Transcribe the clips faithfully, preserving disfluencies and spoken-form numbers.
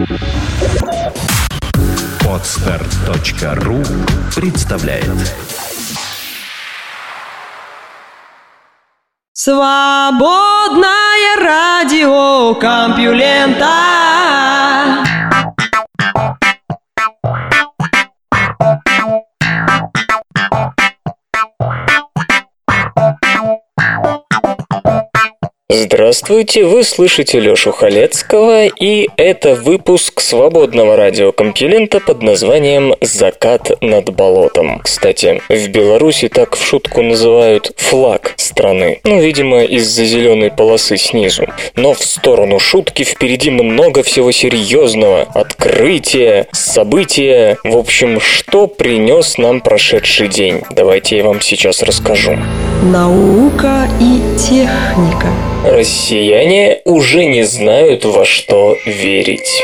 Подстер точка ру представляет. Свободное радио Компьюлента. Здравствуйте, вы слышите Лёшу Халецкого, и это выпуск свободного радио Компьюлента под названием «Закат над болотом». Кстати, в Беларуси так в шутку называют флаг страны. Ну, видимо, из-за зеленой полосы снизу. Но в сторону шутки впереди много всего серьезного. Открытия, события. В общем, что принес нам прошедший день? Давайте я вам сейчас расскажу. Наука и техника. Россияне уже не знают, во что верить.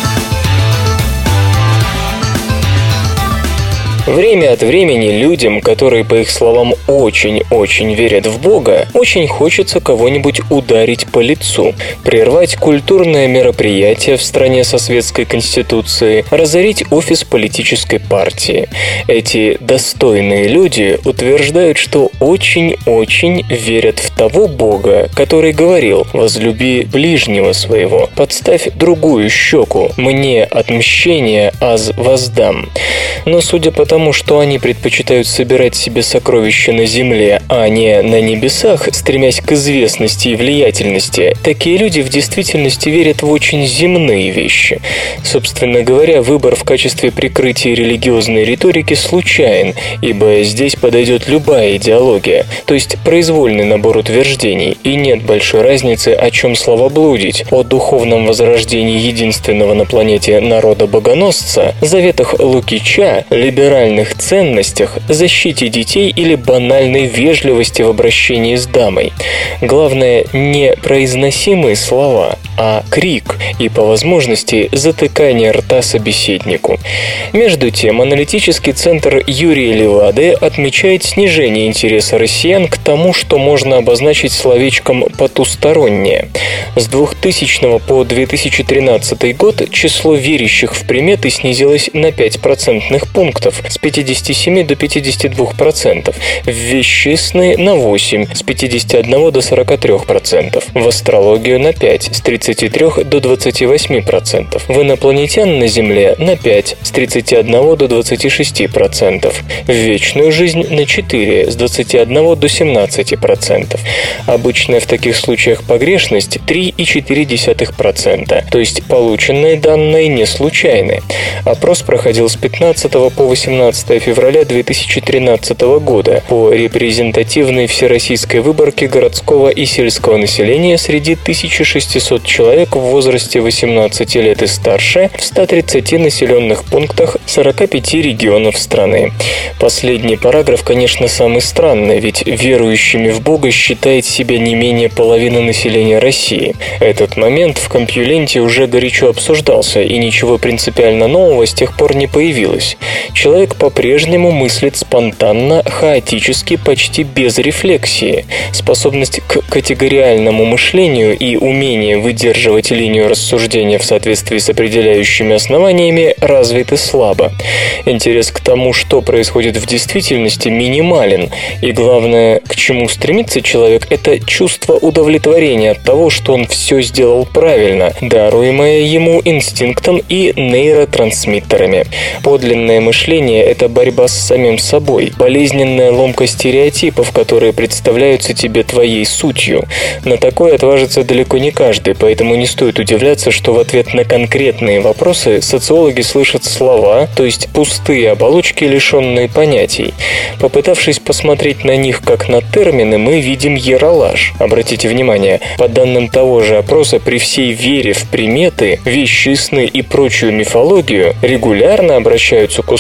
Время от времени людям, которые, по их словам, очень-очень верят в Бога, очень хочется кого-нибудь ударить по лицу, прервать культурное мероприятие в стране со светской конституцией, разорить офис политической партии. Эти достойные люди утверждают, что очень-очень верят в того Бога, который говорил: «Возлюби ближнего своего, подставь другую щеку, мне отмщение аз воздам». Но судя по тому, Потому что они предпочитают собирать себе сокровища на земле, а не на небесах, стремясь к известности и влиятельности, такие люди в действительности верят в очень земные вещи. Собственно говоря, выбор в качестве прикрытия религиозной риторики случайен, ибо здесь подойдет любая идеология, то есть произвольный набор утверждений, и нет большой разницы, о чем словоблудить: о духовном возрождении единственного на планете народа-богоносца, заветах Лукича, либеральных ценностях, защите детей или банальной вежливости в обращении с дамой. Главное, не произносимые слова, а крик и, по возможности, затыкание рта собеседнику. Между тем, аналитический центр Юрия Левады отмечает снижение интереса россиян к тому, что можно обозначить словечком «потустороннее». С двухтысячного по две тысячи тринадцатый год число верящих в приметы снизилось на пять процентных пунктов, с пятидесяти семи до пятидесяти двух процентов, в вещи сны на восемь, с пятидесяти одного до сорока трёх процентов, в астрологию на пять, с тридцати трёх до двадцати восьми процентов, в инопланетян на Земле на пять, с тридцати одного до двадцати шести процентов, в вечную жизнь на четыре, с двадцати одного до семнадцати процентов. Обычная в таких случаях погрешность три и четыре десятых процента, то есть полученные данные не случайны. Опрос проходил с пятнадцатого по восемнадцатое февраля две тысячи тринадцатого года по репрезентативной всероссийской выборке городского и сельского населения среди тысячи шестисот человек в возрасте восемнадцати лет и старше в ста тридцати населенных пунктах сорока пяти регионов страны. Последний параграф, конечно, самый странный, ведь верующими в Бога считает себя не менее половины населения России. Этот момент в Компьюленте уже горячо обсуждался, и ничего принципиально нового с тех пор не появилось. Человек по-прежнему мыслит спонтанно, хаотически, почти без рефлексии. Способность к категориальному мышлению и умение выдерживать линию рассуждения в соответствии с определяющими основаниями развиты слабо. Интерес к тому, что происходит в действительности, минимален. И главное, к чему стремится человек, это чувство удовлетворения от того, что он все сделал правильно, даруемое ему инстинктом и нейротрансмиттерами. Подлинное мышление – это борьба с самим собой, болезненная ломка стереотипов, которые представляются тебе твоей сутью. На такое отважится далеко не каждый, поэтому не стоит удивляться, что в ответ на конкретные вопросы социологи слышат слова, то есть пустые оболочки, лишенные понятий. Попытавшись посмотреть на них как на термины, мы видим яролаж. Обратите внимание, по данным того же опроса, при всей вере в приметы, вещи, сны и прочую мифологию регулярно обращаются к услугам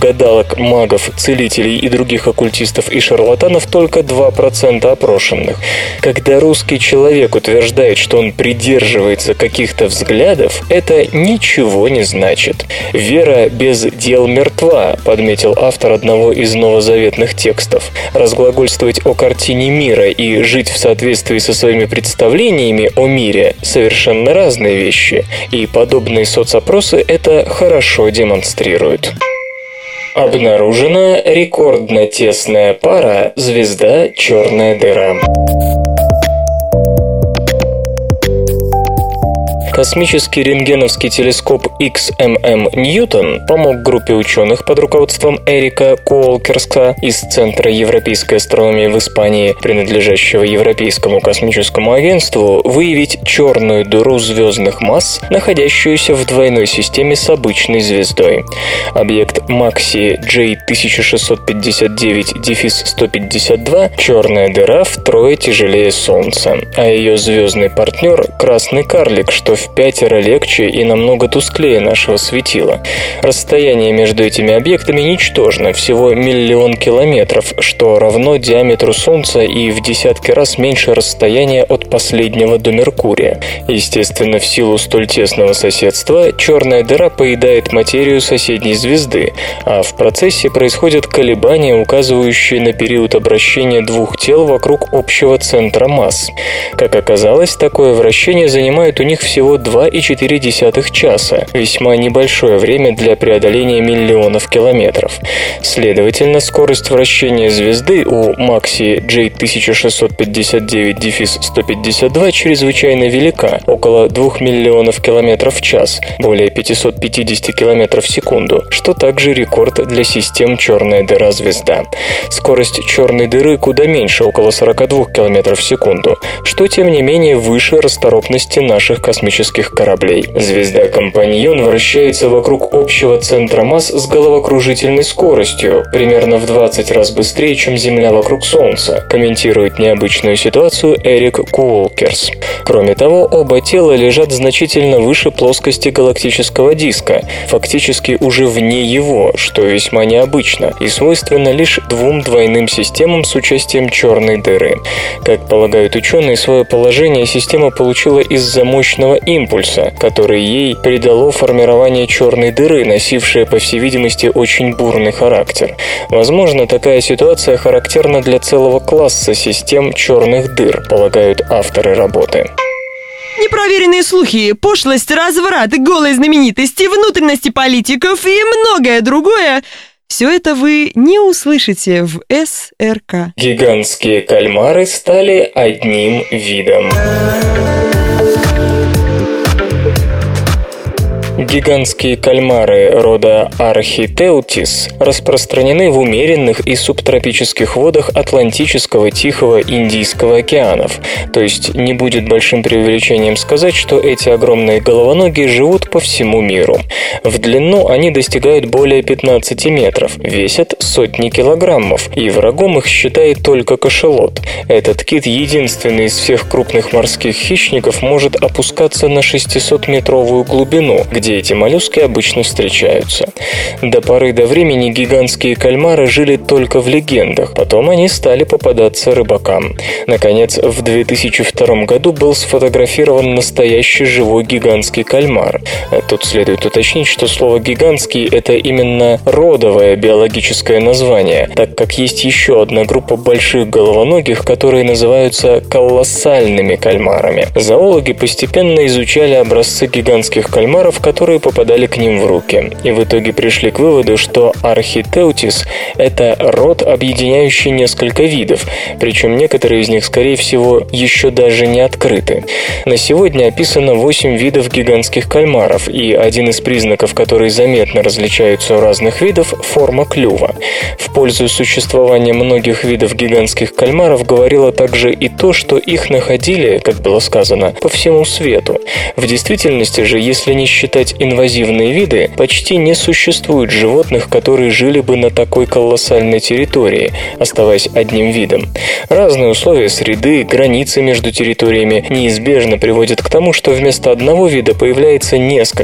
гадалок, магов, целителей и других оккультистов и шарлатанов только два процента опрошенных. Когда русский человек утверждает, что он придерживается каких-то взглядов, это ничего не значит. «Вера без дел мертва», подметил автор одного из новозаветных текстов. Разглагольствовать о картине мира и жить в соответствии со своими представлениями о мире – совершенно разные вещи, и подобные соцопросы это хорошо демонстрируют. Обнаружена рекордно тесная пара звезда-черная дыра. Космический рентгеновский телескоп икс эм эм Ньютон помог группе ученых под руководством Эрика Куолкерса из Центра европейской астрономии в Испании, принадлежащего Европейскому космическому агентству, выявить черную дыру звездных масс, находящуюся в двойной системе с обычной звездой. Объект Макси джей тысяча шестьсот пятьдесят девять сто пятьдесят два – черная дыра втрое тяжелее Солнца, а ее звездный партнер – красный карлик, что в пятеро легче и намного тусклее нашего светила. Расстояние между этими объектами ничтожно, всего миллион километров, что равно диаметру Солнца и в десятки раз меньше расстояния от последнего до Меркурия. Естественно, в силу столь тесного соседства, черная дыра поедает материю соседней звезды, а в процессе происходят колебания, указывающие на период обращения двух тел вокруг общего центра масс. Как оказалось, такое вращение занимает у них всего два и четыре десятых часа, весьма небольшое время для преодоления миллионов километров. Следовательно, скорость вращения звезды у Макси джей тысяча шестьсот пятьдесят девять сто пятьдесят два чрезвычайно велика, около двух миллионов километров в час, более пятьсот пятьдесят километров в секунду, что также рекорд для систем черная дыра-звезда. Скорость черной дыры куда меньше, около сорок два километра в секунду, что, тем не менее, выше расторопности наших космических кораблей. Звезда-компаньон вращается вокруг общего центра масс с головокружительной скоростью, примерно в двадцать раз быстрее, чем Земля вокруг Солнца, комментирует необычную ситуацию Эрик Куолкерс. Кроме того, оба тела лежат значительно выше плоскости галактического диска, фактически уже вне его, что весьма необычно и свойственно лишь двум двойным системам с участием черной дыры. Как полагают ученые, свое положение система получила из-за мощного импульса, который ей придало формирование черной дыры, носившее, по всей видимости, очень бурный характер. Возможно, такая ситуация характерна для целого класса систем черных дыр, полагают авторы работы. Непроверенные слухи, пошлость, разврат, голые знаменитости, внутренности политиков и многое другое – все это вы не услышите в эс эр ка. Гигантские кальмары стали одним видом. Гигантские кальмары рода Архитеутис распространены в умеренных и субтропических водах Атлантического, Тихого, Индийского океанов. То есть не будет большим преувеличением сказать, что эти огромные головоногие живут по всему миру. В длину они достигают более пятнадцати метров, весят сотни килограммов, и врагом их считает только кашалот. Этот кит, единственный из всех крупных морских хищников, может опускаться на шестисотметровую глубину, где эти моллюски обычно встречаются. До поры до времени гигантские кальмары жили только в легендах, потом они стали попадаться рыбакам. Наконец, в две тысячи втором году был сфотографирован настоящий живой гигантский кальмар. Тут следует уточнить, что слово «гигантский» — это именно родовое биологическое название, так как есть еще одна группа больших головоногих, которые называются колоссальными кальмарами. Зоологи постепенно изучали образцы гигантских кальмаров, которые попадали к ним в руки, и в итоге пришли к выводу, что Архитеутис – это род, объединяющий несколько видов, причем некоторые из них, скорее всего, еще даже не открыты. На сегодня описано восемь видов гигантских кальмаров, и один из признаков, которые заметно различаются у разных видов – форма клюва. В пользу существования многих видов гигантских кальмаров говорило также и то, что их находили, как было сказано, по всему свету. В действительности же, если не считать инвазивные виды, почти не существует животных, которые жили бы на такой колоссальной территории, оставаясь одним видом. Разные условия среды, границы между территориями неизбежно приводят к тому, что вместо одного вида появляется несколько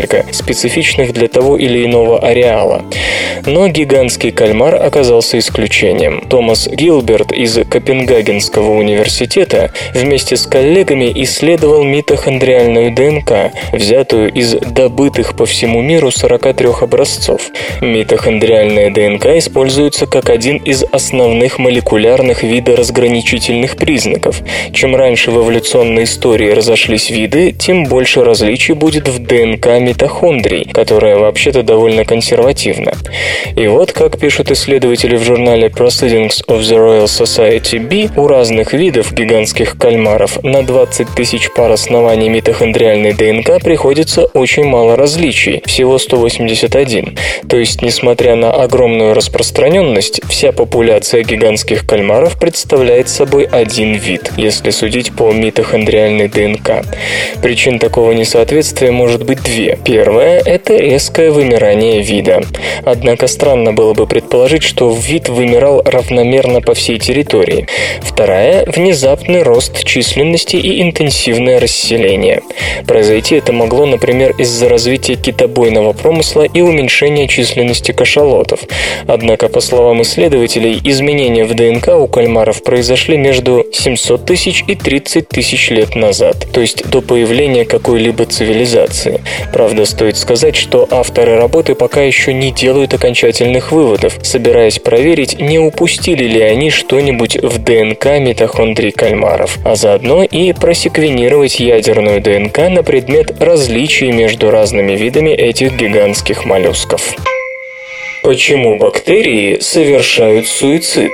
антибиотика, специфичных для того или иного ареала. Но гигантский кальмар оказался исключением. Томас Гилберт из Копенгагенского университета вместе с коллегами исследовал митохондриальную ДНК, взятую из добытых по всему миру сорока трёх образцов. Митохондриальная ДНК используется как один из основных молекулярных видоразграничительных признаков. Чем раньше в эволюционной истории разошлись виды, тем больше различий будет в ДНК митохондрий, которая вообще-то довольно консервативна. И вот, как пишут исследователи в журнале Proceedings of the Royal Society B, у разных видов гигантских кальмаров на двадцать тысяч пар оснований митохондриальной ДНК приходится очень мало различий, всего сто восемьдесят один. То есть, несмотря на огромную распространенность, вся популяция гигантских кальмаров представляет собой один вид, если судить по митохондриальной ДНК. Причин такого несоответствия может быть две. Первая – это резкое вымирание вида. Однако странно было бы предположить, что вид вымирал равномерно по всей территории. Вторая – внезапный рост численности и интенсивное расселение. Произойти это могло, например, из-за развития китобойного промысла и уменьшения численности кашалотов. Однако, по словам исследователей, изменения в ДНК у кальмаров произошли между семьсот тысяч и тридцать тысяч лет назад, то есть до появления какой-либо цивилизации. Правда, стоит сказать, что авторы работы пока еще не делают окончательных выводов, собираясь проверить, не упустили ли они что-нибудь в ДНК митохондрий кальмаров, а заодно и просеквенировать ядерную ДНК на предмет различий между разными видами этих гигантских моллюсков. Почему бактерии совершают суицид?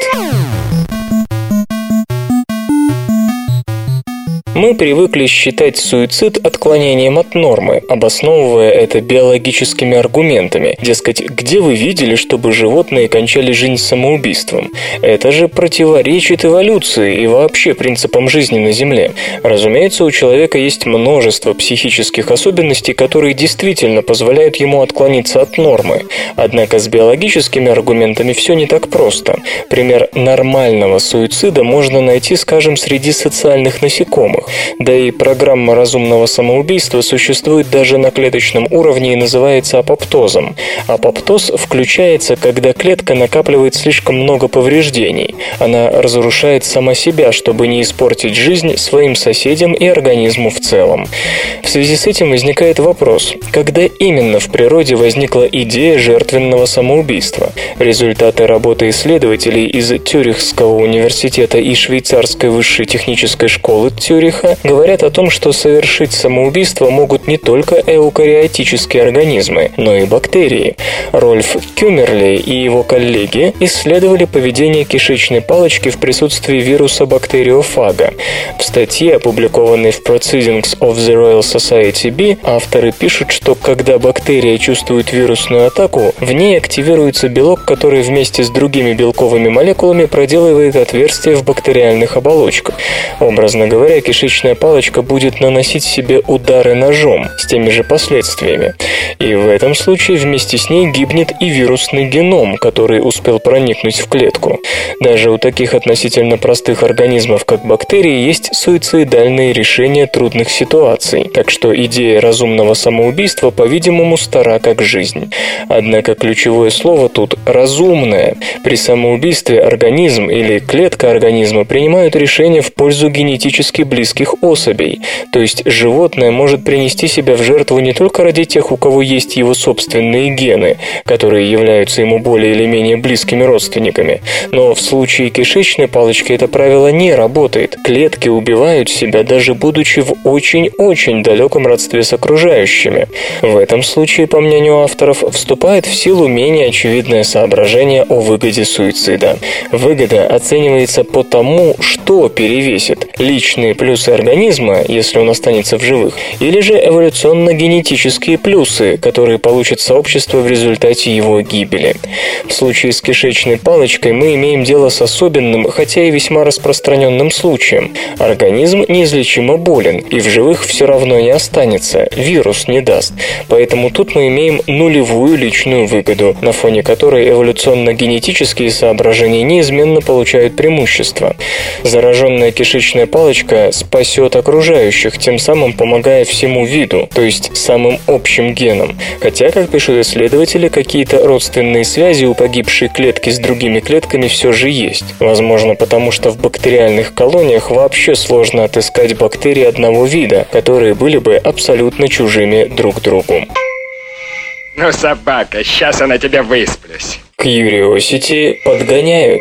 Мы привыкли считать суицид отклонением от нормы, обосновывая это биологическими аргументами. Дескать, где вы видели, чтобы животные кончали жизнь самоубийством? Это же противоречит эволюции и вообще принципам жизни на Земле. Разумеется, у человека есть множество психических особенностей, которые действительно позволяют ему отклониться от нормы. Однако с биологическими аргументами все не так просто. Пример нормального суицида можно найти, скажем, среди социальных насекомых. Да и программа разумного самоубийства существует даже на клеточном уровне и называется апоптозом. Апоптоз включается, когда клетка накапливает слишком много повреждений. Она разрушает сама себя, чтобы не испортить жизнь своим соседям и организму в целом. В связи с этим возникает вопрос, когда именно в природе возникла идея жертвенного самоубийства? Результаты работы исследователей из Цюрихского университета и швейцарской высшей технической школы Цюриха говорят о том, что совершить самоубийство могут не только эукариотические организмы, но и бактерии. Рольф Кюмерли и его коллеги исследовали поведение кишечной палочки в присутствии вируса бактериофага. В статье, опубликованной в Proceedings of the Royal Society B, авторы пишут, что когда бактерия чувствует вирусную атаку, в ней активируется белок, который вместе с другими белковыми молекулами проделывает отверстия в бактериальных оболочках. Образно говоря, кишечная палочка будет наносить себе удары ножом с теми же последствиями. И в этом случае вместе с ней гибнет и вирусный геном, который успел проникнуть в клетку. Даже у таких относительно простых организмов, как бактерии, есть суицидальные решения трудных ситуаций. Так что идея разумного самоубийства, по-видимому, стара как жизнь. Однако ключевое слово тут «разумное». При самоубийстве организм или клетка организма принимают решение в пользу генетически близких особей. То есть животное может принести себя в жертву не только ради тех, у кого есть его собственные гены, которые являются ему более или менее близкими родственниками. Но в случае кишечной палочки это правило не работает. Клетки убивают себя, даже будучи в очень-очень далеком родстве с окружающими. В этом случае, по мнению авторов, вступает в силу менее очевидное соображение о выгоде суицида. Выгода оценивается по тому, что перевесит: личные плюсы организма, если он останется в живых, или же эволюционно-генетические плюсы, которые получит сообщество в результате его гибели. В случае с кишечной палочкой мы имеем дело с особенным, хотя и весьма распространенным случаем. Организм неизлечимо болен, и в живых все равно не останется, вирус не даст. Поэтому тут мы имеем нулевую личную выгоду, на фоне которой эволюционно-генетические соображения неизменно получают преимущество. Зараженная кишечная палочка с спасет окружающих, тем самым помогая всему виду, то есть самым общим генам. Хотя, как пишут исследователи, какие-то родственные связи у погибшей клетки с другими клетками все же есть. Возможно, потому что в бактериальных колониях вообще сложно отыскать бактерии одного вида, которые были бы абсолютно чужими друг другу. Ну, собака, сейчас я на тебя высплюсь. Curiosity подгоняют.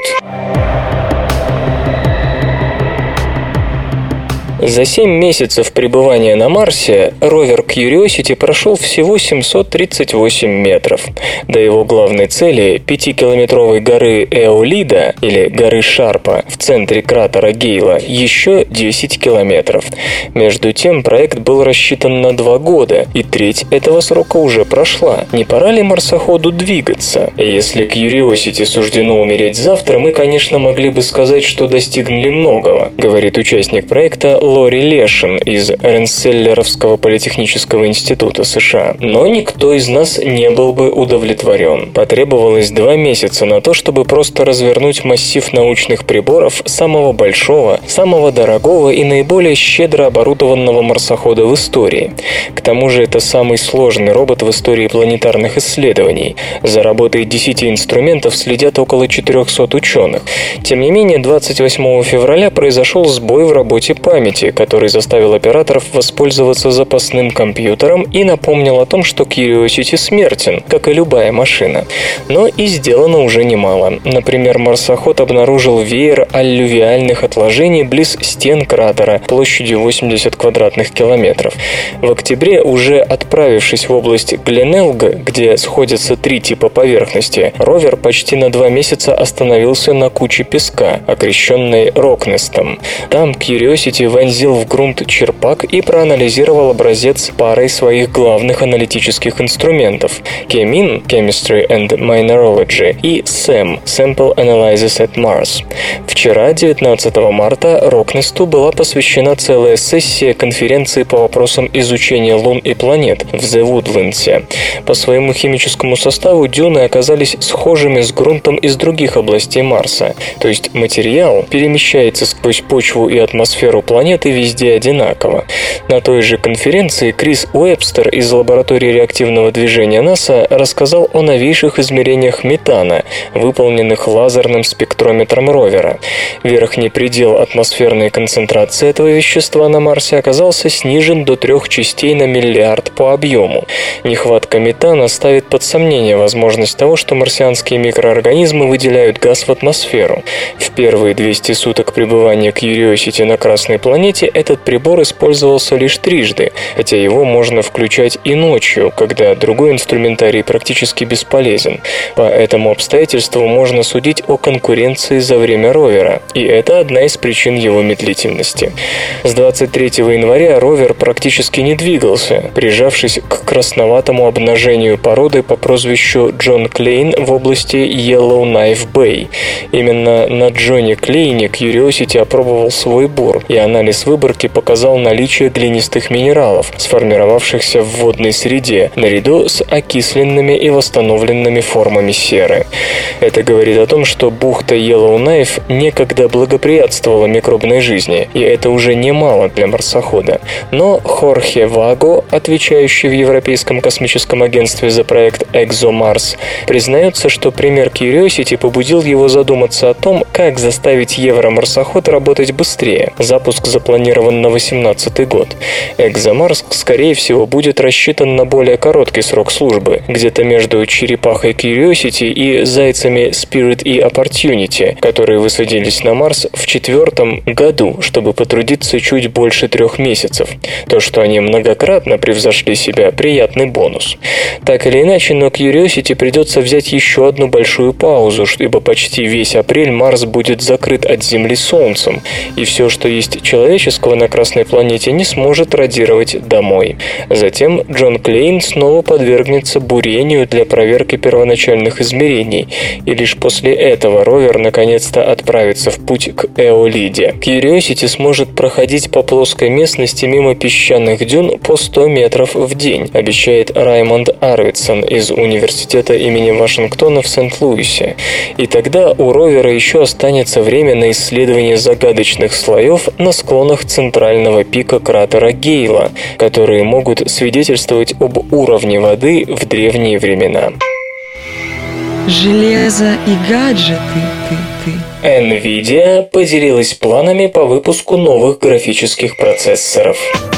За семь месяцев пребывания на Марсе ровер Curiosity прошел всего семьсот тридцать восемь метров. До его главной цели, пятикилометровой горы Эолида, или горы Шарпа, в центре кратера Гейла, еще десять километров. Между тем, проект был рассчитан на два года, и треть этого срока уже прошла. Не пора ли марсоходу двигаться? Если Curiosity суждено умереть завтра, мы, конечно, могли бы сказать, что достигли многого, говорит участник проекта Лори Лешин из Ренсселлеровского политехнического института США. Но никто из нас не был бы удовлетворен. Потребовалось два месяца на то, чтобы просто развернуть массив научных приборов самого большого, самого дорогого и наиболее щедро оборудованного марсохода в истории. К тому же это самый сложный робот в истории планетарных исследований. За работой десяти инструментов следят около четырехсот ученых. Тем не менее, двадцать восьмого февраля произошел сбой в работе памяти, который заставил операторов воспользоваться запасным компьютером и напомнил о том, что Curiosity смертен, как и любая машина. Но и сделано уже немало. Например, марсоход обнаружил веер аллювиальных отложений близ стен кратера площадью восемьдесят квадратных километров. В октябре, уже отправившись в область Гленелга, где сходятся три типа поверхности, ровер почти на два месяца остановился на куче песка, окрещенной Рокнестом. Там Curiosity вонзил в грунт черпак и проанализировал образец парой своих главных аналитических инструментов – Chemin – Chemistry and Mineralogy и сэм – Sample Analysis at Mars. Вчера, девятнадцатого марта, Рокнесту была посвящена целая сессия конференции по вопросам изучения лун и планет в The Woodlands. По своему химическому составу дюны оказались схожими с грунтом из других областей Марса, то есть материал перемещается сквозь почву и атмосферу планеты везде одинаково. На той же конференции Крис Уэбстер из лаборатории реактивного движения НАСА рассказал о новейших измерениях метана, выполненных лазерным спектрометром ровера. Верхний предел атмосферной концентрации этого вещества на Марсе оказался снижен до трех частей на миллиард по объему. Нехватка метана ставит под сомнение возможность того, что марсианские микроорганизмы выделяют газ в атмосферу. В первые двести суток пребывания Curiosity на Красной планете этот прибор использовался лишь трижды, хотя его можно включать и ночью, когда другой инструментарий практически бесполезен. По этому обстоятельству можно судить о конкуренции за время ровера, и это одна из причин его медлительности. С двадцать третьего января ровер практически не двигался, прижавшись к красноватому обнажению породы по прозвищу Джон Клейн в области Yellowknife Bay. Именно на Джоне Клейне Curiosity опробовал свой бур, и анализ выборки показал наличие глинистых минералов, сформировавшихся в водной среде, наряду с окисленными и восстановленными формами серы. Это говорит о том, что бухта Yellowknife некогда благоприятствовала микробной жизни, и это уже немало для марсохода. Но Хорхе Ваго, отвечающий в Европейском космическом агентстве за проект ExoMars, признается, что пример Curiosity побудил его задуматься о том, как заставить евромарсоход работать быстрее. Запуск запланирован на восемнадцатый год. ExoMars, скорее всего, будет рассчитан на более короткий срок службы, где-то между черепахой Curiosity и зайцами Spirit и Opportunity, которые высадились на Марс в четвертом году, чтобы потрудиться чуть больше трех месяцев. То, что они многократно превзошли себя, приятный бонус. Так или иначе, но Curiosity придется взять еще одну большую паузу, ибо почти весь апрель Марс будет закрыт от Земли Солнцем, и все, что есть человеческого на Красной планете, не сможет радировать домой. Затем Джон Клейн снова подвергнется бурению для проверки первоначальных измерений, и лишь после этого ровер наконец-то отправится в путь к Эолиде. Curiosity сможет проходить по плоской местности мимо песчаных дюн по сто метров в день, обещает Раймонд Арвидсон из Университета имени Вашингтона в Сент-Луисе. И тогда у ровера еще останется время на исследование загадочных слоев на склонах зонах центрального пика кратера Гейла, которые могут свидетельствовать об уровне воды в древние времена. Железо и гаджеты, ты, ты. NVIDIA поделилась планами по выпуску новых графических процессоров.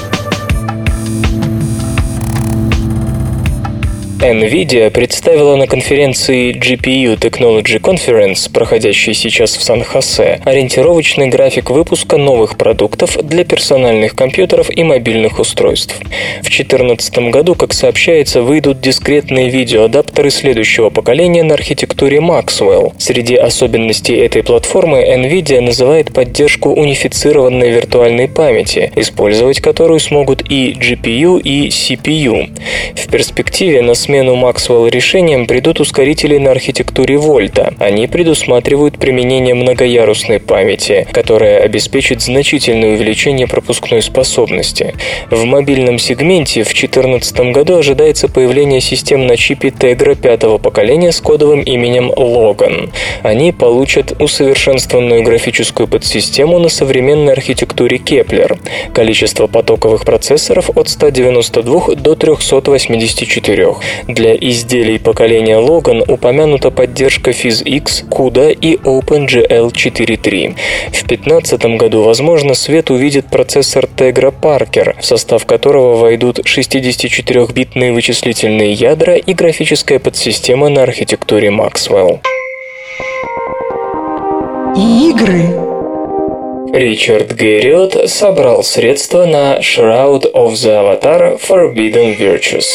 NVIDIA представила на конференции джи пи ю Technology Conference, проходящей сейчас в Сан-Хосе, ориентировочный график выпуска новых продуктов для персональных компьютеров и мобильных устройств. В две тысячи четырнадцатом году, как сообщается, выйдут дискретные видеоадаптеры следующего поколения на архитектуре Maxwell. Среди особенностей этой платформы NVIDIA называет поддержку унифицированной виртуальной памяти, использовать которую смогут и джи пи ю, и си пи ю. В перспективе на смену Maxwell решениям придут ускорители на архитектуре Volta. Они предусматривают применение многоярусной памяти, которая обеспечит значительное увеличение пропускной способности. В мобильном сегменте в две тысячи четырнадцатом году ожидается появление систем на чипе Tegra пятого поколения с кодовым именем Logan. Они получат усовершенствованную графическую подсистему на современной архитектуре Kepler. Количество потоковых процессоров от ста девяноста двух до трехсот восьмидесяти четырёх. Для изделий поколения Logan упомянута поддержка PhysX, CUDA и OpenGL четыре точка три. В две тысячи пятнадцатом году, возможно, свет увидит процессор Tegra Parker, в состав которого войдут шестидесятичетырёхбитные вычислительные ядра и графическая подсистема на архитектуре Maxwell. Игры. Ричард Гэриот собрал средства на Shroud of the Avatar Forbidden Virtues.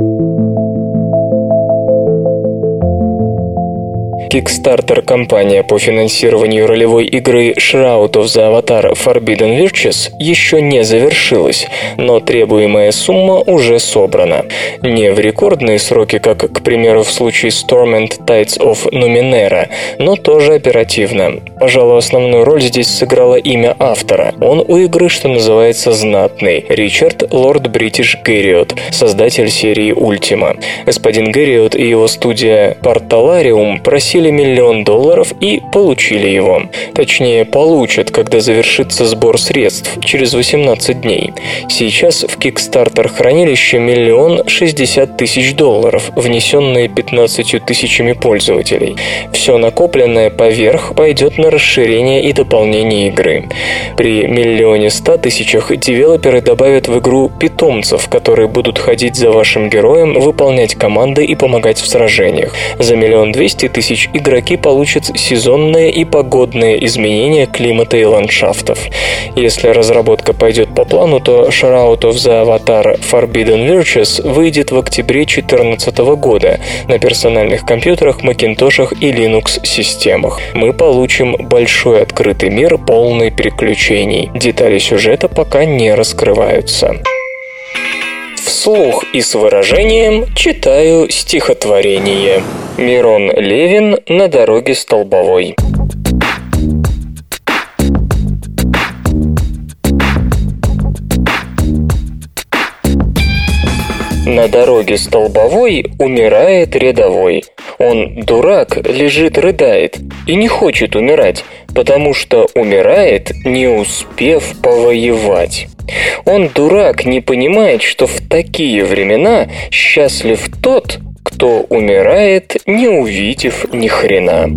Kickstarter-компания по финансированию ролевой игры Shroud of the Avatar Forbidden Virtues еще не завершилась, но требуемая сумма уже собрана. Не в рекордные сроки, как, к примеру, в случае с Torment Tides of Numenera, но тоже оперативно. Пожалуй, основную роль здесь сыграло имя автора. Он у игры, что называется, знатный. Ричард Лорд Бритиш Гэриот, создатель серии Ultima. Господин Гэриот и его студия Portalarium просили миллион долларов и получили его. Точнее, получат, когда завершится сбор средств, через восемнадцать дней. Сейчас в Kickstarter хранилище миллион шестьдесят тысяч долларов, внесенные пятнадцатью тысячами пользователей. Все накопленное поверх пойдет на расширение и дополнение игры. При миллионе ста тысячах девелоперы добавят в игру питомцев, которые будут ходить за вашим героем, выполнять команды и помогать в сражениях. За миллион двести тысяч игроки получат сезонные и погодные изменения климата и ландшафтов. Если разработка пойдет по плану, то Shroud of the Avatar Forbidden Virtues выйдет в октябре две тысячи четырнадцатого года на персональных компьютерах, Макинтошах и Linux-системах. Мы получим большой открытый мир, полный приключений. Детали сюжета пока не раскрываются. Вслух и с выражением читаю стихотворение. Мирон Левин «На дороге столбовой». На дороге столбовой умирает рядовой. Он, дурак, лежит, рыдает и не хочет умирать, потому что умирает, не успев повоевать. Он, дурак, не понимает, что в такие времена счастлив тот, кто умирает, не увидев ни хрена.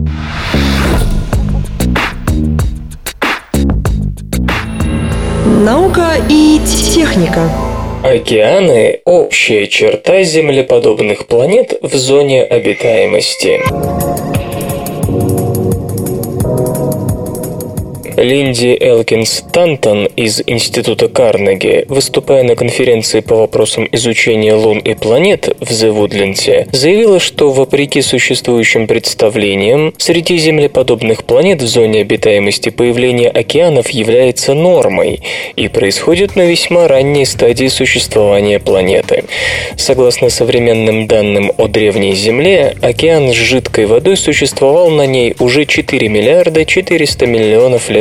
Наука и техника. Океаны – общая черта землеподобных планет в зоне обитаемости. Линди Элкинс Тантон из Института Карнеги, выступая на конференции по вопросам изучения лун и планет в The Woodlands, заявила, что, вопреки существующим представлениям, среди землеподобных планет в зоне обитаемости появление океанов является нормой и происходит на весьма ранней стадии существования планеты. Согласно современным данным о древней Земле, океан с жидкой водой существовал на ней уже четыре миллиарда четыреста миллионов лет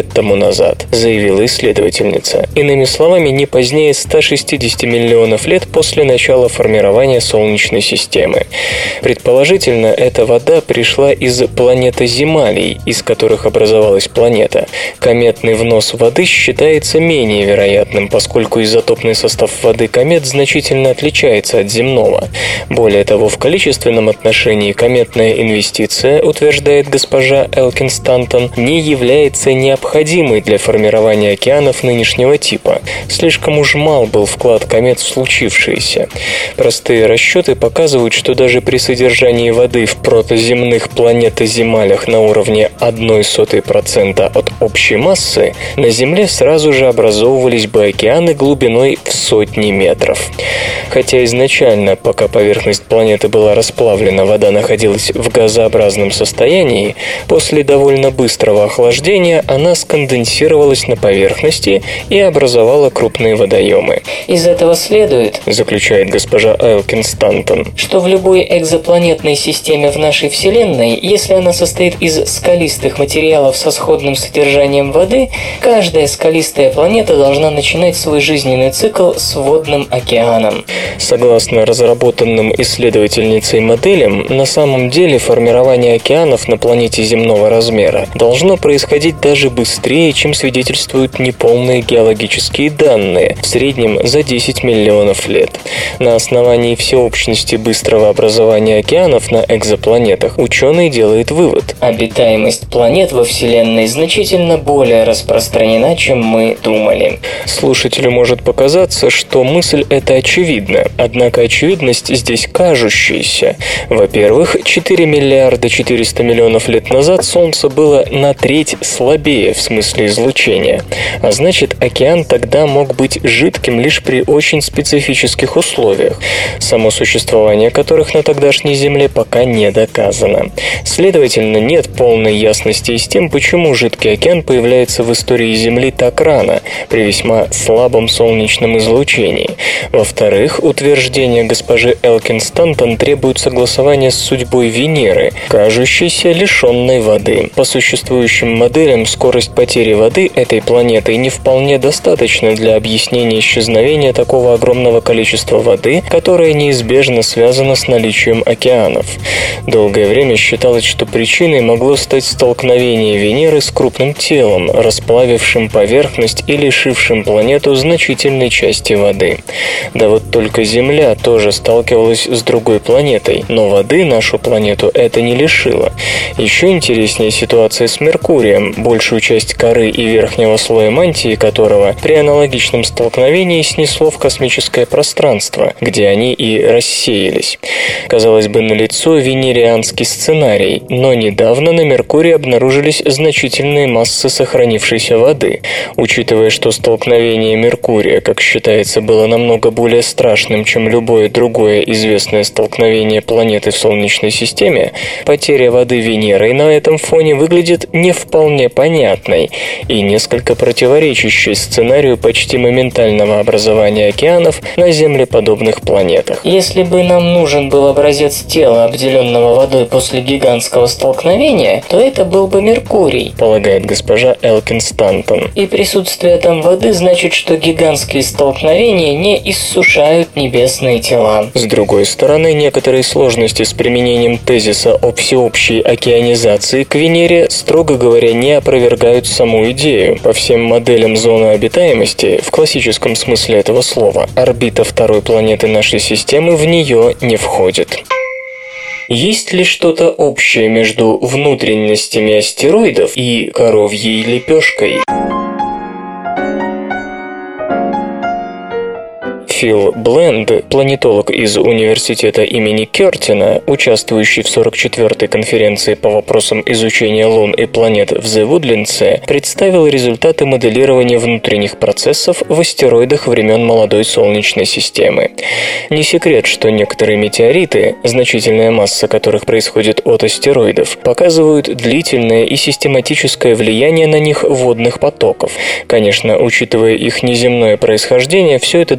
тому назад, заявила исследовательница. Иными словами, не позднее ста шестидесяти миллионов лет после начала формирования Солнечной системы. Предположительно, эта вода пришла из планеты Земалий, из которых образовалась планета. Кометный внос воды считается менее вероятным, поскольку изотопный состав воды комет значительно отличается от земного. Более того, в количественном отношении кометная инвестиция, утверждает госпожа Элкин Стантон, не является необходимой для формирования океанов нынешнего типа. Слишком уж мал был вклад комет в случившееся. Простые расчеты показывают, что даже при содержании воды в протоземных планетоземалях на уровне ноль целых одна сотая процента от общей массы, на Земле сразу же образовывались бы океаны глубиной в сотни метров. Хотя изначально, пока поверхность планеты была расплавлена, вода находилась в газообразном состоянии, после довольно быстрого охлаждения она сконденсировалась на поверхности и образовала крупные водоемы. Из этого следует, заключает госпожа Элкин Стантон, что в любой экзопланетной системе в нашей Вселенной, если она состоит из скалистых материалов со сходным содержанием воды, каждая скалистая планета должна начинать свой жизненный цикл с водным океаном. Согласно разработанным исследовательницей моделям, на самом деле формирование океанов на планете земного размера должно происходить даже быстрее, чем свидетельствуют неполные геологические данные, в среднем за десять миллионов лет. На основании всеобщности быстрого образования океанов на экзопланетах ученые делают вывод: обитаемость планет во Вселенной значительно более распространена, чем мы думали. Слушателю может показаться, что мысль эта очевидна, однако очевидность здесь кажущаяся. Во-первых, четыре миллиарда четыреста миллионов лет назад Солнце было на треть слабее в смысле излучения, а значит, океан тогда мог быть жидким лишь при очень специфических условиях, само существование которых на тогдашней Земле пока не доказано. Следовательно, нет полной ясности и с тем, почему жидкий океан появляется в истории Земли так рано, при весьма слабом солнечном излучении. Во-вторых, утверждение госпожи Элкин Стантон требует согласования с судьбой Венеры, кажущейся лишенной воды. По существующим моделям, скорость потери воды этой планеты не вполне достаточна для объяснения исчезновения такого огромного количества воды, которое неизбежно связано с наличием океанов. Долгое время считалось, что причиной могло стать столкновение Венеры с крупным телом, расплавившим поверхность и лишившим планету значительной части воды. Да вот только Земля тоже сталкивалась с другой планетой, но воды нашу планету это не лишило. Еще интереснее ситуация с Меркурием, большую часть коры и верхнего слоя мантии которого при аналогичном столкновении снесло в космическое пространство, где они и рассеялись. Казалось бы, налицо венерианский сценарий, но недавно на Меркурии обнаружились значительные массы сохранившейся воды. Учитывая, что столкновение Меркурия, как считается, было намного более страшным, чем любое другое известное столкновение планеты в Солнечной системе, потеря воды Венерой на этом фоне выглядит не вполне понятной и несколько противоречащей сценарию почти моментального образования океанов на землеподобных планетах. Если бы нам нужен был образец тела, обделенного водой после гигантского столкновения, то это был бы Меркурий, полагает госпожа Элкин Стантон. И присутствие там воды значит, что гигантские столкновения не иссушают небесные тела. С другой стороны, некоторые сложности с применением тезиса о всеобщей океанизации к Венере, строго говоря, не опровергают саму идею. По всем моделям зоны обитаемости, в классическом смысле этого слова, орбита второй планеты нашей системы в нее не входит. Есть ли что-то общее между внутренностями астероидов и коровьей лепешкой? Фил Бленд, планетолог из университета имени Кертина, участвующий в сорок четвёртой конференции по вопросам изучения Лун и планет в Зевудлинце, представил результаты моделирования внутренних процессов в астероидах времен молодой Солнечной системы. Не секрет, что некоторые метеориты, значительная масса которых происходит от астероидов, показывают длительное и систематическое влияние на них водных потоков. Конечно, учитывая их неземное происхождение, все это до некоторой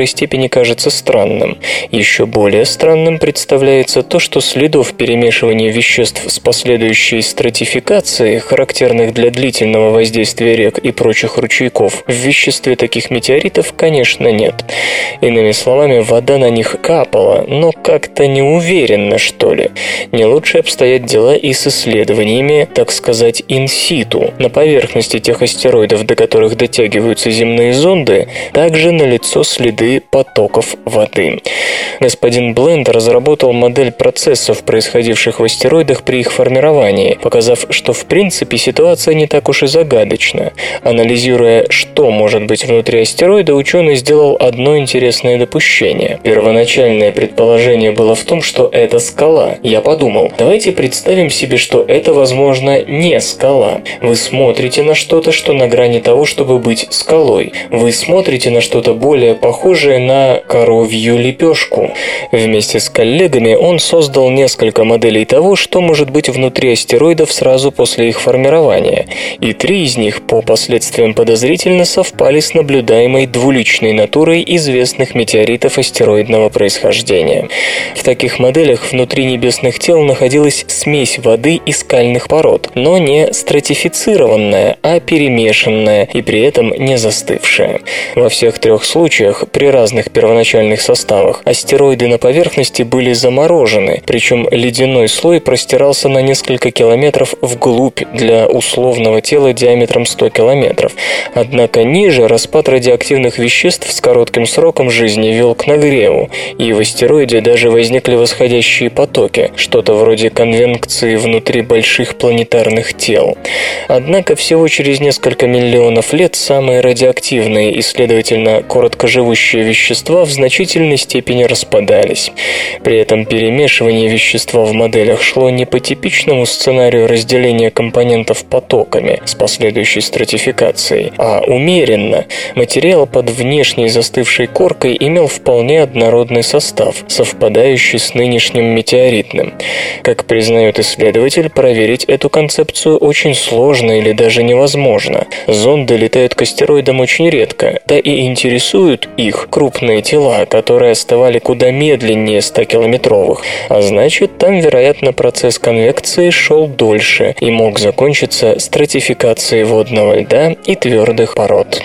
степени кажется странным. Еще более странным представляется то, что следов перемешивания веществ с последующей стратификацией, характерных для длительного воздействия рек и прочих ручейков, в веществе таких метеоритов, конечно, нет. Иными словами, вода на них капала, но как-то неуверенно, что ли. Не лучше обстоят дела и с исследованиями, так сказать, инситу. На поверхности тех астероидов, до которых дотягиваются земные зонды, также налицо следы потоков воды. Господин Бленд разработал модель процессов, происходивших в астероидах при их формировании, показав, что в принципе ситуация не так уж и загадочна. Анализируя, что может быть внутри астероида, ученый сделал одно интересное допущение. Первоначальное предположение было в том, что это скала. Я подумал, давайте представим себе, что это, возможно, не скала. Вы смотрите на что-то, что на грани того, чтобы быть скалой. Вы смотрите на что-то более похожее на коровью лепешку. Вместе с коллегами он создал несколько моделей того, что может быть внутри астероидов сразу после их формирования. И три из них, по последствиям подозрительно, совпали с наблюдаемой двуличной натурой известных метеоритов астероидного происхождения. В таких моделях внутри небесных тел находилась смесь воды и скальных пород, но не стратифицированная, а перемешанная и при этом не застывшая. Во всех трех случаях, при разных первоначальных составах, астероиды на поверхности были заморожены, причем ледяной слой простирался на несколько километров вглубь для условного тела диаметром сто километров. Однако ниже распад радиоактивных веществ с коротким сроком жизни вел к нагреву, и в астероиде даже возникли восходящие потоки, что-то вроде конвекции внутри больших планетарных тел. Однако всего через несколько миллионов лет самые радиоактивные и, следовательно, короткоживущие вещества в значительной степени распадались. При этом перемешивание вещества в моделях шло не по типичному сценарию разделения компонентов потоками с последующей стратификацией, а умеренно. Материал под внешней застывшей коркой имел вполне однородный состав, совпадающий с нынешним метеоритным. Как признает исследователь, проверить эту концепцию очень сложно или даже невозможно. Зонды летают к астероидам очень редко, да и интересуют их крупные тела, которые остывали куда медленнее ста-километровых, а значит, там, вероятно, процесс конвекции шел дольше и мог закончиться стратификацией водного льда и твердых пород.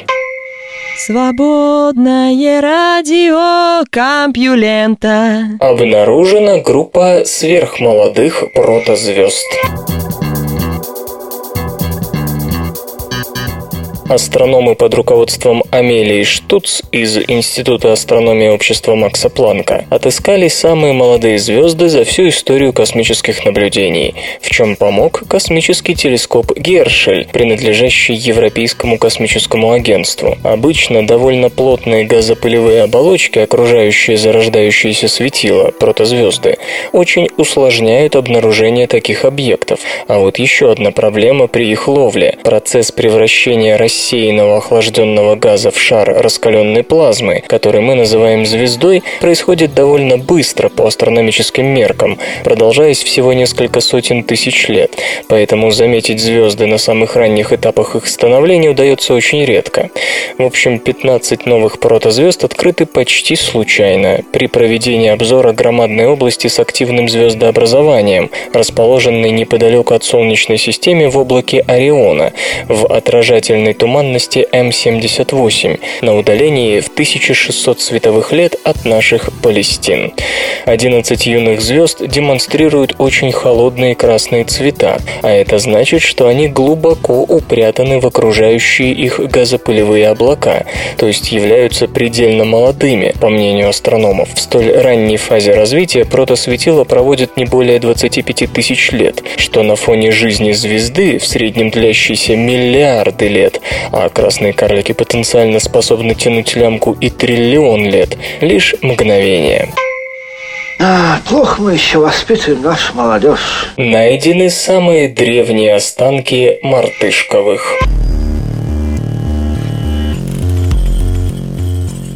Свободное радио Компьюлента. Обнаружена группа сверхмолодых протозвезд. Астрономы под руководством Амелии Штуц из Института астрономии общества Макса Планка отыскали самые молодые звезды за всю историю космических наблюдений, в чем помог космический телескоп Гершель, принадлежащий Европейскому космическому агентству. Обычно довольно плотные газопылевые оболочки, окружающие зарождающиеся светила, протозвезды, очень усложняют обнаружение таких объектов. А вот еще одна проблема при их ловле – процесс превращения рассеянного охлажденного газа в шар раскаленной плазмы, который мы называем звездой, происходит довольно быстро по астрономическим меркам, продолжаясь всего несколько сотен тысяч лет. Поэтому заметить звезды на самых ранних этапах их становления удается очень редко. В общем, пятнадцать новых протозвезд открыты почти случайно при проведении обзора громадной области с активным звездообразованием, расположенной неподалеку от Солнечной системы в облаке Ориона, в отражательной туманности эм семьдесят восемь на удалении в тысяча шестьсот световых лет от наших Палестин. одиннадцать юных звезд демонстрируют очень холодные красные цвета, а это значит, что они глубоко упрятаны в окружающие их газопылевые облака, то есть являются предельно молодыми, по мнению астрономов. В столь ранней фазе развития протосветила проводят не более двадцати пяти тысяч лет, что на фоне жизни звезды, в среднем длящейся миллиарды лет, а красные карлики потенциально способны тянуть лямку и триллион лет, лишь мгновение. А, плохо мы еще воспитываем нашу молодежь. Найдены самые древние останки мартышковых.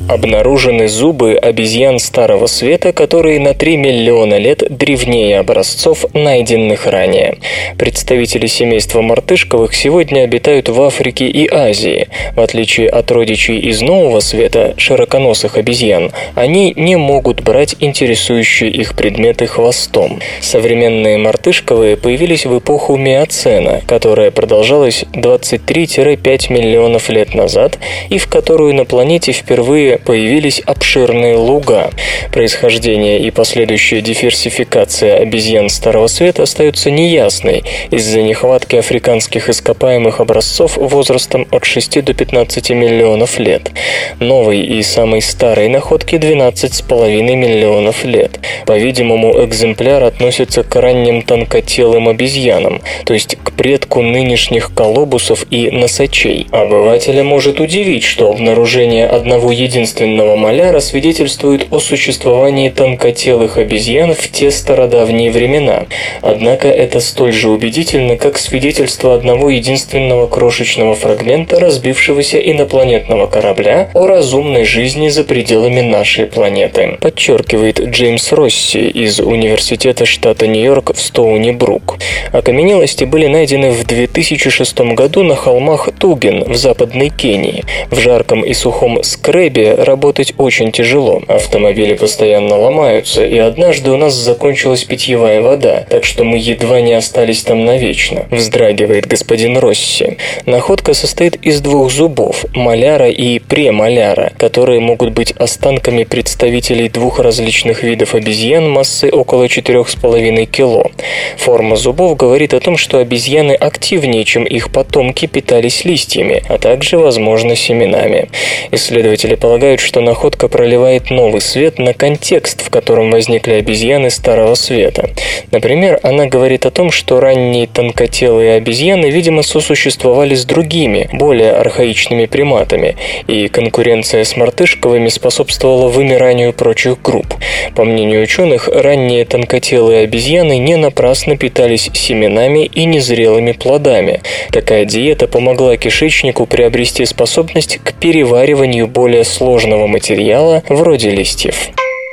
Обнаружены зубы обезьян Старого Света, которые на три миллиона лет древнее образцов, найденных ранее. Представители семейства мартышковых сегодня обитают в Африке и Азии. В отличие от родичей из Нового Света, широконосых обезьян, они не могут брать интересующие их предметы хвостом. Современные мартышковые появились в эпоху Миоцена, которая продолжалась двадцать три - пять миллионов лет назад и в которую на планете впервые появились обширные луга. Происхождение и последующая диверсификация обезьян Старого Света остаются неясной из-за нехватки африканских ископаемых образцов возрастом от шести до пятнадцати миллионов лет. Новой и самой старой находке двенадцать с половиной миллионов лет. По-видимому, экземпляр относится к ранним тонкотелым обезьянам, то есть к предку нынешних колобусов и носачей. Обывателя может удивить, что обнаружение одного единственного маляра свидетельствует о существовании тонкотелых обезьян в те стародавние времена. Однако это столь же убедительно, как свидетельство одного единственного крошечного фрагмента разбившегося инопланетного корабля о разумной жизни за пределами нашей планеты, подчеркивает Джеймс Росси из Университета штата Нью-Йорк в Стоуни-Брук. Окаменелости были найдены в две тысячи шестом году на холмах Туген в Западной Кении. В жарком и сухом скребе работать очень тяжело. Автомобили постоянно ломаются, и однажды у нас закончилась питьевая вода, так что мы едва не остались там навечно, вздрагивает господин Росси. Находка состоит из двух зубов – маляра и премаляра, которые могут быть останками представителей двух различных видов обезьян массой около четырех с половиной кило. Форма зубов говорит о том, что обезьяны активнее, чем их потомки, питались листьями, а также, возможно, семенами. Исследователи полагают, что находка проливает новый свет на контекст, в котором возникли обезьяны Старого Света. Например, она говорит о том, что ранние тонкотелые обезьяны, видимо, сосуществовали с другими, более архаичными приматами, и конкуренция с мартышковыми способствовала вымиранию прочих групп. По мнению ученых, ранние тонкотелые обезьяны не напрасно питались семенами и незрелыми плодами. Такая диета помогла кишечнику приобрести способность к перевариванию более сложного материала, вроде листьев.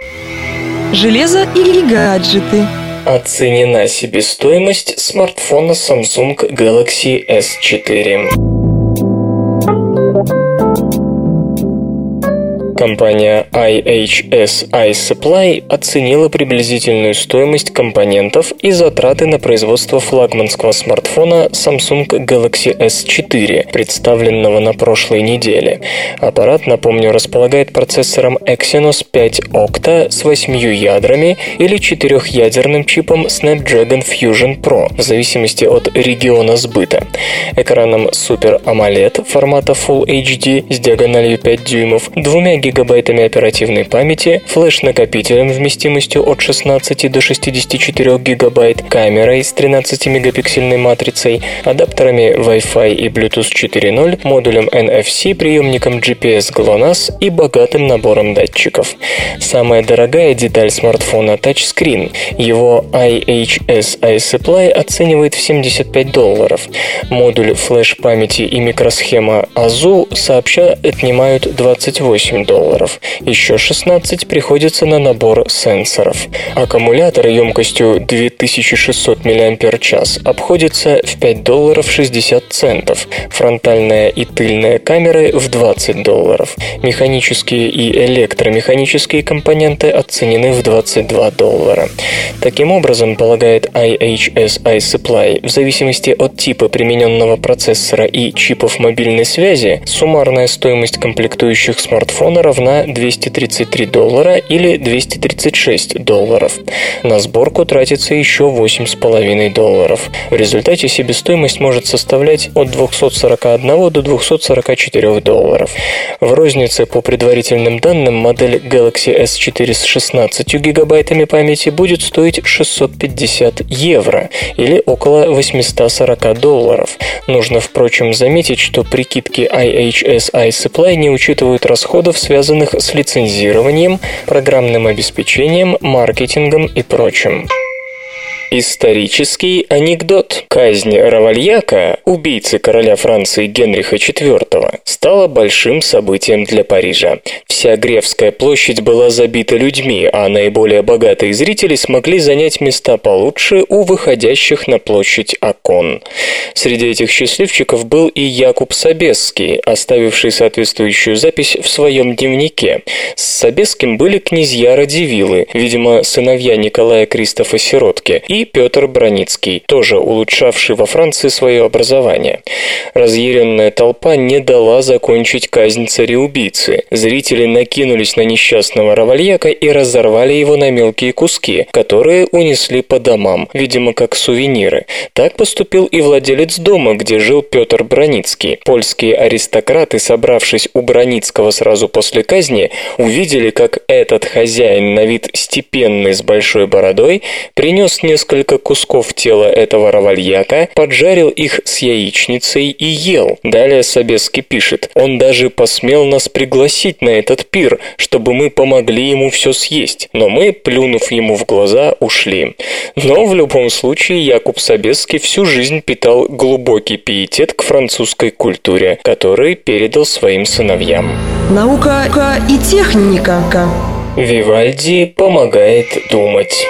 Железо или гаджеты? Оценена себестоимость смартфона Samsung Galaxy эс четыре. Компания ай эйч эс iSupply оценила приблизительную стоимость компонентов и затраты на производство флагманского смартфона Samsung Galaxy эс четыре, представленного на прошлой неделе. Аппарат, напомню, располагает процессором Exynos пять Octa с восьмью ядрами или четырехъядерным чипом Snapdragon Fusion Pro, в зависимости от региона сбыта, экраном Super AMOLED формата Full эйч ди с диагональю пять дюймов, двумя гигабайтами оперативной памяти, флеш-накопителем вместимостью от шестнадцати до шестидесяти четырёх гигабайт, камерой с тринадцатимегапиксельной матрицей, адаптерами Wi-Fi и Bluetooth четыре ноль, модулем эн эф си, приемником джи пи эс GLONASS и богатым набором датчиков. Самая дорогая деталь смартфона – тачскрин. Его ай эйч эс iSupply оценивает в семьдесят пять долларов. Модуль флеш-памяти и микросхема АЗУ сообща отнимают двадцать восемь долларов. Еще шестнадцать приходится на набор сенсоров. Аккумулятор емкостью две тысячи шестьсот мАч обходится в пять долларов шестьдесят центов. Фронтальная и тыльная камеры в двадцать долларов. Механические и электромеханические компоненты оценены в двадцать два доллара. Таким образом, полагает ай эйч эс iSupply, в зависимости от типа примененного процессора и чипов мобильной связи, суммарная стоимость комплектующих смартфона равна двести тридцать три доллара или двести тридцать шесть долларов. На сборку тратится еще восемь с половиной долларов. В результате себестоимость может составлять от двухсот сорока одного до двухсот сорока четырёх долларов. В рознице, по предварительным данным, модель Galaxy эс четыре с шестнадцатью гигабайтами памяти будет стоить шестьсот пятьдесят евро или около восемьсот сорок долларов. Нужно, впрочем, заметить, что прикидки ай эйч эс iSupply не учитывают расходов, связанных с лицензированием, программным обеспечением, маркетингом и прочим. Исторический анекдот. Казнь Равальяка, убийцы короля Франции Генриха четвёртого, стала большим событием для Парижа. Вся Гревская площадь была забита людьми, а наиболее богатые зрители смогли занять места получше у выходящих на площадь окон. Среди этих счастливчиков был и Якуб Собесский, оставивший соответствующую запись в своем дневнике. С Собеским были князья Радзивиллы, видимо, сыновья Николая Кристофа Сиротки, и Петр Броницкий, тоже улучшавший во Франции свое образование. Разъяренная толпа не дала закончить казнь цареубийцы. Зрители накинулись на несчастного Равальяка и разорвали его на мелкие куски, которые унесли по домам, видимо, как сувениры. Так поступил и владелец дома, где жил Петр Броницкий. Польские аристократы, собравшись у Броницкого сразу после казни, увидели, как этот хозяин, на вид степенный с большой бородой, принес несколько кусков тела этого Равальяка, поджарил их с яичницей и ел. Далее Собеский пишет: «Он даже посмел нас пригласить на этот пир, чтобы мы помогли ему все съесть, но мы, плюнув ему в глаза, ушли». Но в любом случае Якуб Собеский всю жизнь питал глубокий пиетет к французской культуре, который передал своим сыновьям. Наука и техника. Вивальди помогает думать.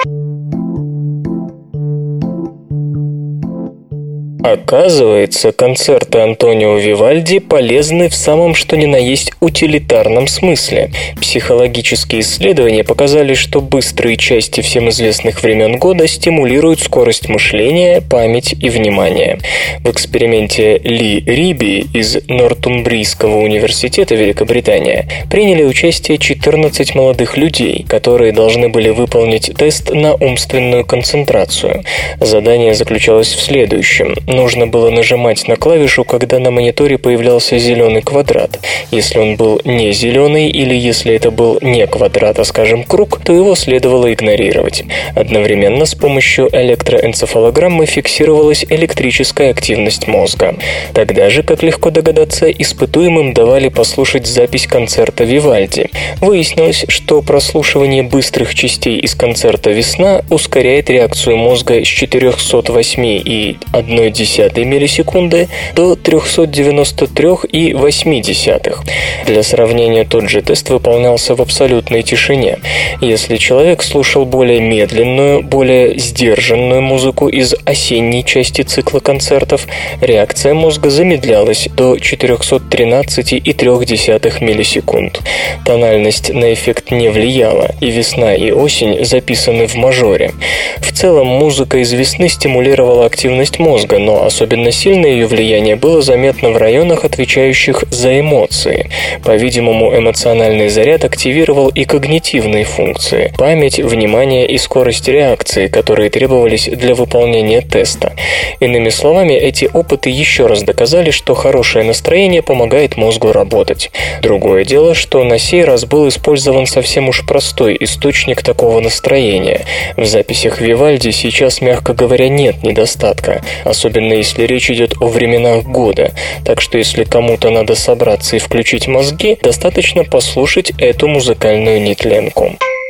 Оказывается, концерты Антонио Вивальди полезны в самом что ни на есть утилитарном смысле. Психологические исследования показали, что быстрые части всем известных времен года стимулируют скорость мышления, память и внимание. В эксперименте Ли Риби из Нортумбрийского университета Великобритания приняли участие четырнадцать молодых людей, которые должны были выполнить тест на умственную концентрацию. Задание заключалось в следующем. Нужно было нажимать на клавишу, когда на мониторе появлялся зеленый квадрат. Если он был не зеленый, или если это был не квадрат, а, скажем, круг, то его следовало игнорировать. Одновременно с помощью электроэнцефалограммы фиксировалась электрическая активность мозга. Тогда же, как легко догадаться, испытуемым давали послушать запись концерта Вивальди. Выяснилось, что прослушивание быстрых частей из концерта «Весна» ускоряет реакцию мозга с четырехсот восьми целых одной десятой миллисекунды до триста девяносто три целых восемь десятых. Для сравнения, тот же тест выполнялся в абсолютной тишине. Если человек слушал более медленную, более сдержанную музыку из осенней части цикла концертов, реакция мозга замедлялась до четыреста тринадцать целых три десятых миллисекунд. Тональность на эффект не влияла, и «Весна» и «Осень» записаны в мажоре. В целом, музыка из «Весны» стимулировала активность мозга, но особенно сильное ее влияние было заметно в районах, отвечающих за эмоции. По-видимому, эмоциональный заряд активировал и когнитивные функции – память, внимание и скорость реакции, которые требовались для выполнения теста. Иными словами, эти опыты еще раз доказали, что хорошее настроение помогает мозгу работать. Другое дело, что на сей раз был использован совсем уж простой источник такого настроения. В записях Вивальди сейчас, мягко говоря, нет недостатка, особенно если речь идет о временах года. Так что если кому-то надо собраться и включить мозги, достаточно послушать эту музыкальную нетленку.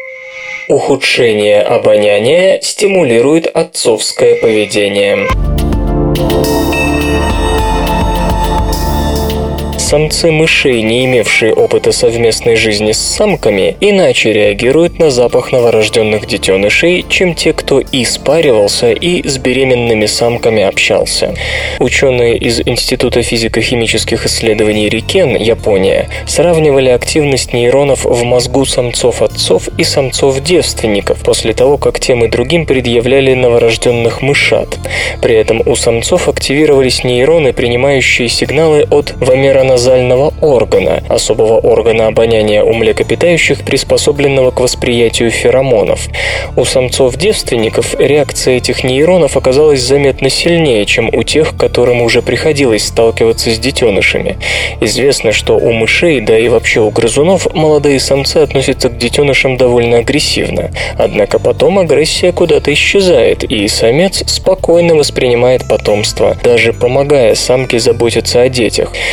Ухудшение обоняния стимулирует отцовское поведение. Самцы мышей, не имевшие опыта совместной жизни с самками, иначе реагируют на запах новорожденных детенышей, чем те, кто и спаривался, и с беременными самками общался. Ученые из Института физико-химических исследований Рикен, Япония, сравнивали активность нейронов в мозгу самцов-отцов и самцов-девственников после того, как тем и другим предъявляли новорожденных мышат. При этом у самцов активировались нейроны, принимающие сигналы от вомероназального органа, особого органа обоняния у млекопитающих, приспособленного к восприятию феромонов. У самцов-девственников реакция этих нейронов оказалась заметно сильнее, чем у тех, которым уже приходилось сталкиваться с детенышами. Известно, что у мышей, да и вообще у грызунов, молодые самцы относятся к детенышам довольно агрессивно. Однако потом агрессия куда-то исчезает, и самец спокойно воспринимает потомство, даже помогая самке заботиться о детях. Это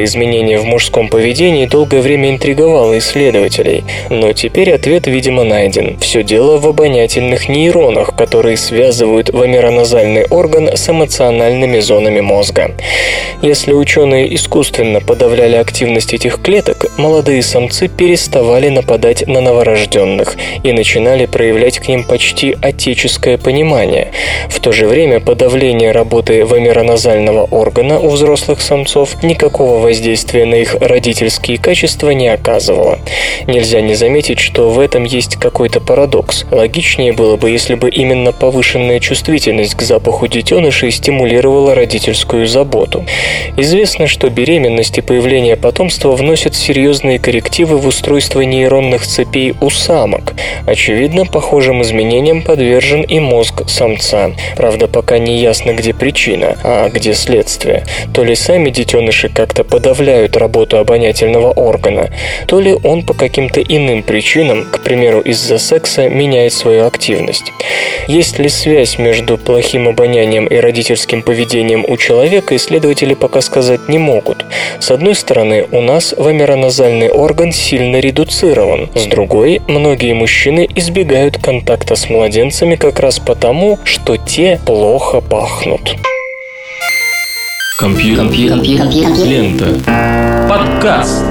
это изменение в мужском поведении долгое время интриговало исследователей, но теперь ответ, видимо, найден. Все дело в обонятельных нейронах, которые связывают вомероназальный орган с эмоциональными зонами мозга. Если ученые искусственно подавляли активность этих клеток, молодые самцы переставали нападать на новорожденных и начинали проявлять к ним почти отеческое понимание. В то же время подавление работы вомероназального органа у взрослых самцов никакого воздействия на их родительские качества не оказывало. Нельзя не заметить, что в этом есть какой-то парадокс. Логичнее было бы, если бы именно повышенная чувствительность к запаху детенышей стимулировала родительскую заботу. Известно, что беременность и появление потомства вносят серьезные коррективы в устройство нейронных цепей у самок. Очевидно, похожим изменениям подвержен и мозг самца. Правда, пока не ясно, где причина, а где следствие. То ли сами детеныши как-то подавляют работу обонятельного органа, то ли он по каким-то иным причинам, к примеру, из-за секса, меняет свою активность. Есть ли связь между плохим обонянием и родительским поведением у человека, исследователи пока сказать не могут. С одной стороны, у нас вомероназальный орган сильно редуцирован. С другой, многие мужчины избегают контакта с младенцами как раз потому, что те плохо пахнут. Компьютер. Компьютер. Лента. Подкаст.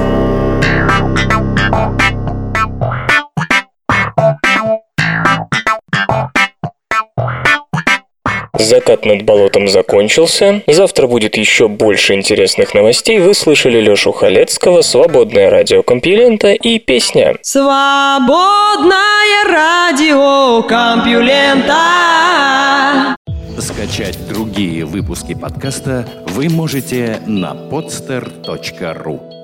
Закат над болотом закончился. Завтра будет еще больше интересных новостей. Вы слышали Лешу Халецкого, «Свободное радио Компьюлента» и песня. Свободное радио Компьюлента. Скачать другие выпуски подкаста вы можете на podster точка ру.